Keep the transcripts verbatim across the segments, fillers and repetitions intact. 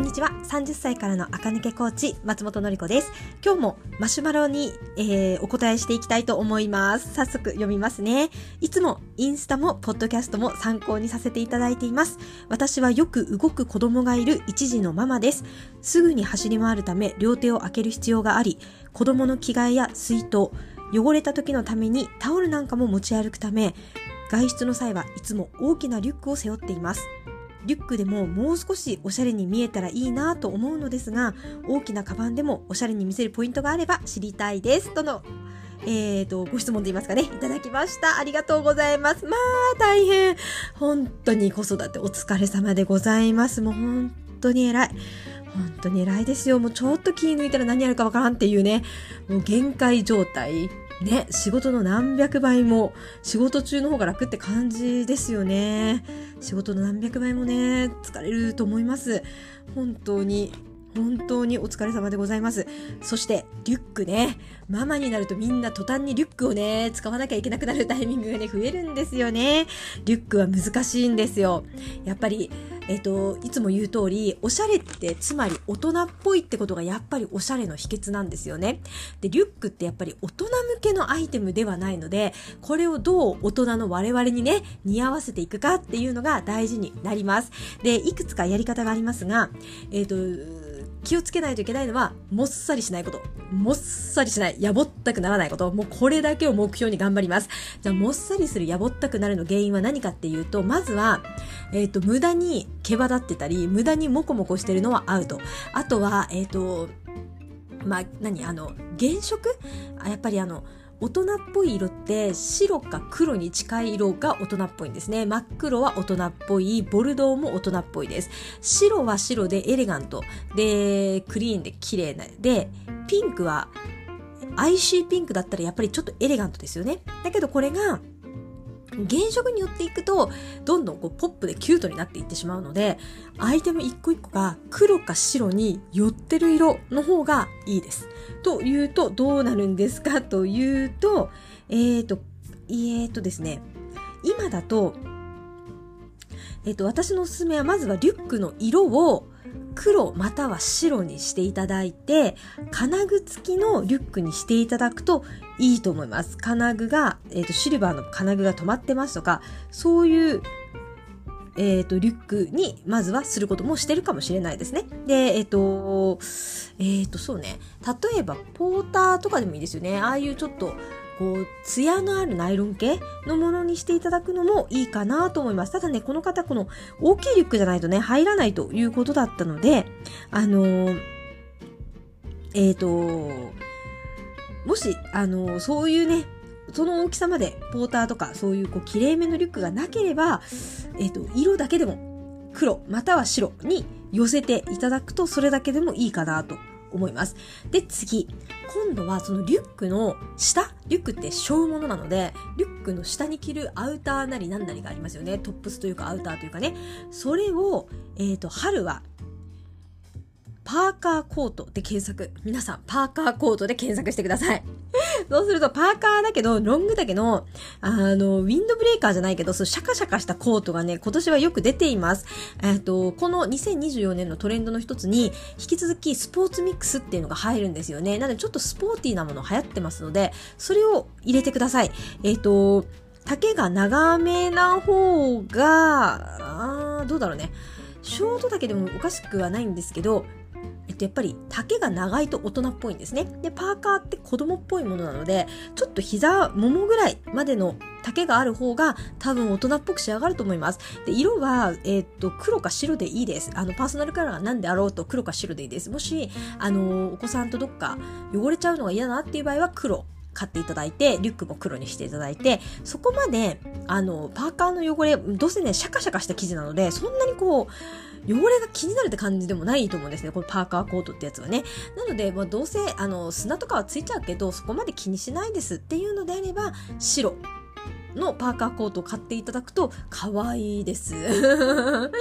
にちは。さんじゅっさいからの赤抜けコーチ松本のり子です。今日もマシュマロに、えー、お答えしていきたいと思います。早速読みますね。いつもインスタもポッドキャストも参考にさせていただいています。私はよく動く子供がいる一児のママです。すぐに走り回るため両手を開ける必要があり、子供の着替えや水筒、汚れた時のためにタオルなんかも持ち歩くため、外出の際はいつも大きなリュックを背負っています。リュックでももう少しおしゃれに見えたらいいなと思うのですが、大きなカバンでもおしゃれに見せるポイントがあれば知りたいですとの、えーと、ご質問といいますかね、いただきました。ありがとうございます。まあ大変、本当に子育てお疲れ様でございます。もう本当に偉い本当に偉いですよ。もうちょっと気抜いたら何やるかわからんっていうね、もう限界状態ね、仕事の何百倍も仕事中の方が楽って感じですよね。仕事の何百倍もね、疲れると思います。本当に本当にお疲れ様でございます。そしてリュックね、ママになるとみんな途端にリュックをね使わなきゃいけなくなるタイミングがね増えるんですよね。リュックは難しいんですよ。やっぱりえっと、いつも言う通り、おしゃれってつまり大人っぽいってことがやっぱりおしゃれの秘訣なんですよね。で、リュックってやっぱり大人向けのアイテムではないので、これをどう大人の我々にね、似合わせていくかっていうのが大事になります。で、いくつかやり方がありますが、えっと、気をつけないといけないのは、もっさりしないこと。もっさりしない。やぼったくならないこと。もうこれだけを目標に頑張ります。じゃあ、もっさりするやぼったくなるの原因は何かっていうと、まずは、えっと、無駄に毛羽立ってたり、無駄にモコモコしてるのはアウト。あとは、えっと、まあ、何あの、原色あやっぱりあの、大人っぽい色って白か黒に近い色が大人っぽいんですね。真っ黒は大人っぽい、ボルドーも大人っぽいです。白は白でエレガントでクリーンで綺麗なで、ピンクはアイシーピンクだったらやっぱりちょっとエレガントですよね。だけどこれが原色によっていくとどんどんこうポップでキュートになっていってしまうので、アイテム一個一個が黒か白に寄ってる色の方がいいです。というとどうなるんですかというと、えーと、えーとですね、今だと、えーと、私のおすすめはまずはリュックの色を黒または白にしていただいて、金具付きのリュックにしていただくといいと思います。金具が、えーと、シルバーの金具が止まってますとか、そういうえっと、リュックにまずはすることもしてるかもしれないですね。で、えっと、えっと、そうね。例えば、ポーターとかでもいいですよね。ああいうちょっと、こう、ツヤのあるナイロン系のものにしていただくのもいいかなと思います。ただね、この方、この大きいリュックじゃないとね、入らないということだったので、あのー、えっと、もし、あのー、そういうね、その大きさまでポーターとかそういうこう綺麗めのリュックがなければ、えっと、色だけでも黒または白に寄せていただくとそれだけでもいいかなと思います。で、次。今度はそのリュックの下、リュックって背負うものなので、リュックの下に着るアウターなり何なりがありますよね。トップスというかアウターというかね。それを、えっと、春はパーカーコートで検索。皆さん、パーカーコートで検索してください。そうすると、パーカーだけど、ロングだけの、あの、ウィンドブレーカーじゃないけど、そう、シャカシャカしたコートがね、今年はよく出ています。えっと、このにせんにじゅうよねんのトレンドの一つに、引き続きスポーツミックスっていうのが入るんですよね。なので、ちょっとスポーティーなもの流行ってますので、それを入れてください。えっと、丈が長めな方が、あー、どうだろうね。ショート丈でもおかしくはないんですけど、えっと、やっぱり丈が長いと大人っぽいんですね。で、パーカーって子供っぽいものなので、ちょっと膝、ももぐらいまでの丈がある方が多分大人っぽく仕上がると思います。で、色は、えっと、黒か白でいいです。あの、パーソナルカラーが何であろうと黒か白でいいです。もし、あの、お子さんとどっか汚れちゃうのが嫌だなっていう場合は黒。買っていただいて、リュックも黒にしていただいて、そこまで、あの、パーカーの汚れ、どうせね、シャカシャカした生地なので、そんなにこう、汚れが気になるって感じでもないと思うんですね。このパーカーコートってやつはね。なので、まあ、どうせ、あの、砂とかはついちゃうけど、そこまで気にしないですっていうのであれば、白のパーカーコートを買っていただくと可愛いです。はい、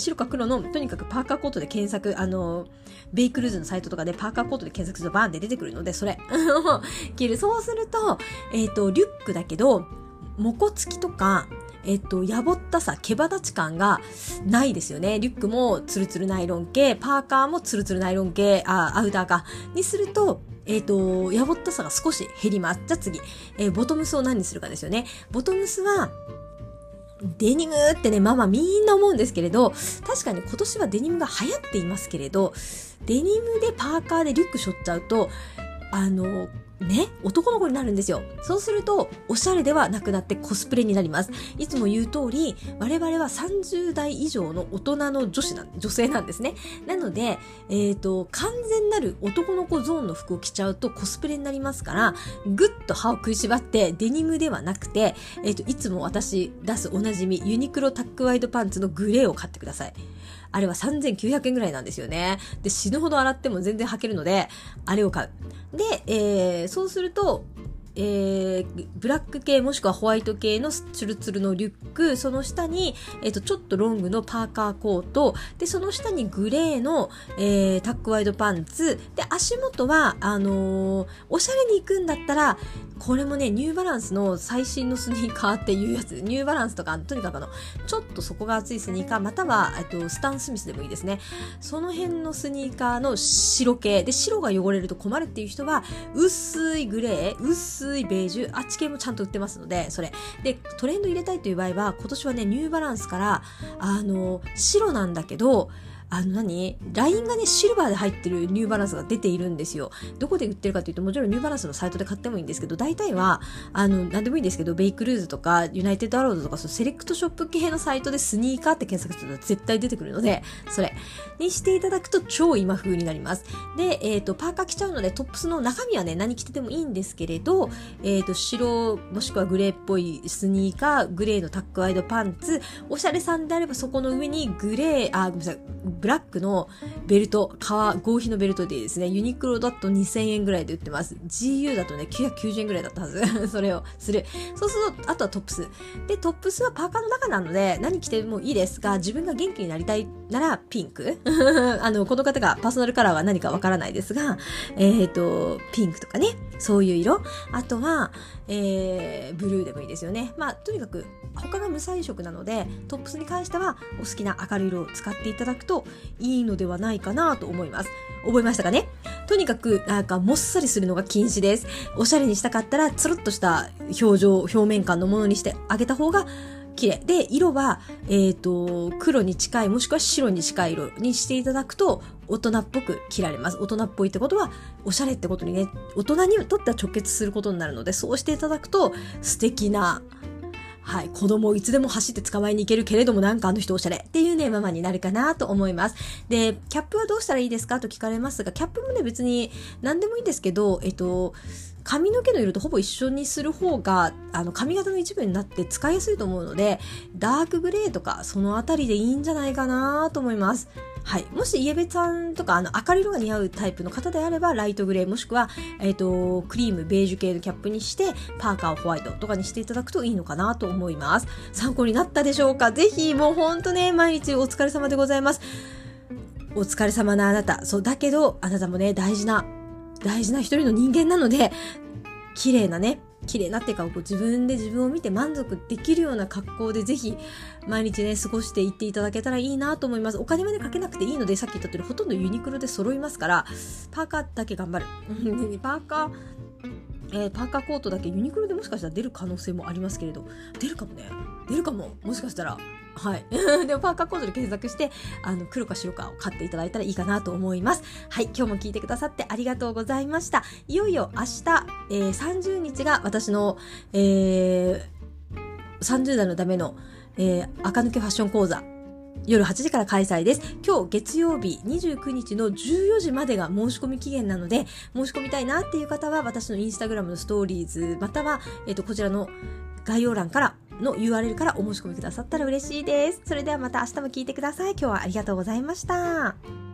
白か黒のとにかくパーカーコートで検索、あのベイクルーズのサイトとかでパーカーコートで検索するとバーンって出てくるので、それ着る。そうすると、えっとリュックだけどモコ付きとか、 えっと、やぼったさ、毛羽立ち感がないですよね。リュックもツルツルナイロン系、パーカーもツルツルナイロン系、あ、アウターか。にすると、えっと、やぼったさが少し減ります。じゃあ次、えー、ボトムスを何にするかですよね。ボトムスは、デニムってね、まあまあみんな思うんですけれど、確かに今年はデニムが流行っていますけれど、デニムでパーカーでリュック背負っちゃうと、あの、ね、男の子になるんですよ。そうすると、おしゃれではなくなってコスプレになります。いつも言う通り、我々はさんじゅう代以上の大人の女子なん、女性なんですね。なので、えっと、完全なる男の子ゾーンの服を着ちゃうとコスプレになりますから、ぐっと歯を食いしばってデニムではなくて、えっと、いつも私出すおなじみ、ユニクロタックワイドパンツのグレーを買ってください。あれはさんぜんきゅうひゃくえんぐらいなんですよね。で、死ぬほど洗っても全然履けるので、あれを買う。で、えー、そうすると、えー、ブラック系もしくはホワイト系のツルツルのリュック、その下に、えっと、ちょっとロングのパーカーコート、で、その下にグレーの、えー、タックワイドパンツ、で、足元は、あのー、おしゃれに行くんだったら、これもね、ニューバランスの最新のスニーカーっていうやつ、ニューバランスとか、とにかくあの、ちょっと底が厚いスニーカー、または、えっと、スタン・スミスでもいいですね。その辺のスニーカーの白系、で、白が汚れると困るっていう人は、薄いグレー、薄いベージュ、あっち系もちゃんと売ってますので、それ。で、トレンド入れたいという場合は、今年はね、ニューバランスから、あの、白なんだけど、あの何ラインがね、シルバーで入ってるニューバランスが出ているんですよ。どこで売ってるかというと、もちろんニューバランスのサイトで買ってもいいんですけど、大体は、あの、なんでもいいんですけど、ベイクルーズとか、ユナイテッドアロードとか、そうセレクトショップ系のサイトでスニーカーって検索すると絶対出てくるので、それにしていただくと超今風になります。で、えっと、パーカー着ちゃうので、トップスの中身はね、何着ててもいいんですけれど、えっと、白、もしくはグレーっぽいスニーカー、グレーのタックワイドパンツ、おしゃれさんであればそこの上にグレー、あ、ごめんなさい、ブラックのベルト、革、合皮のベルトでいいですね。ユニクロだとにせんえんぐらいで売ってます。ジーユー だとね、きゅうひゃくきゅうじゅうえんぐらいだったはず。それをする。そうすると、あとはトップス。で、トップスはパーカーの中なので、何着てもいいですが、自分が元気になりたいならピンク。あの、この方がパーソナルカラーは何かわからないですが、えっと、ピンクとかね、そういう色。あとは、えー、ブルーでもいいですよね。まあ、とにかく、他が無彩色なので、トップスに関してはお好きな明るい色を使っていただくといいのではないかなと思います。覚えましたかね？とにかく、なんかもっさりするのが禁止です。おしゃれにしたかったら、つるっとした表情、表面感のものにしてあげた方が綺麗。で、色は、えっと、黒に近い、もしくは白に近い色にしていただくと、大人っぽく着られます。大人っぽいってことは、おしゃれってことにね、大人にとっては直結することになるので、そうしていただくと、素敵な、はい。子供をいつでも走って捕まえに行けるけれどもなんかあの人おしゃれっていうね、ママになるかなと思います。で、キャップはどうしたらいいですかと聞かれますが、キャップもね、別に何でもいいんですけど、えっと、髪の毛の色とほぼ一緒にする方が、あの、髪型の一部になって使いやすいと思うので、ダークグレーとか、そのあたりでいいんじゃないかなと思います。はい。もし、イエベさんとか、あの、明るい色が似合うタイプの方であれば、ライトグレー、もしくは、えっと、クリーム、ベージュ系のキャップにして、パーカーをホワイトとかにしていただくといいのかなと思います。参考になったでしょうか？ぜひ、もうほんとね、毎日お疲れ様でございます。お疲れ様なあなた。そう、だけど、あなたもね、大事な、大事な一人の人間なので、綺麗なね、綺麗なっていうか、こう自分で自分を見て満足できるような格好でぜひ毎日ね過ごしていっていただけたらいいなと思います。お金までかけなくていいので、さっき言った通りほとんどユニクロで揃いますから、パーカーだけ頑張る。パーカー、えー、パーカーコートだけユニクロでもしかしたら出る可能性もありますけれど、出るかもね、出るかも、もしかしたら。はい。でもパーカーコートで検索して、あの、黒か白かを買っていただいたらいいかなと思います。はい。今日も聞いてくださってありがとうございました。いよいよ明日、えー、さんじゅうにちが私の、えー、さんじゅう代のための、えー、赤抜けファッション講座。夜はちじから開催です。今日月曜日にじゅうくにちのじゅうよじまでが申し込み期限なので、申し込みたいなっていう方は私のインスタグラムのストーリーズ、または、えっと、こちらの概要欄からの ユーアールエル からお申し込みくださったら嬉しいです。それではまた明日も聞いてください。今日はありがとうございました。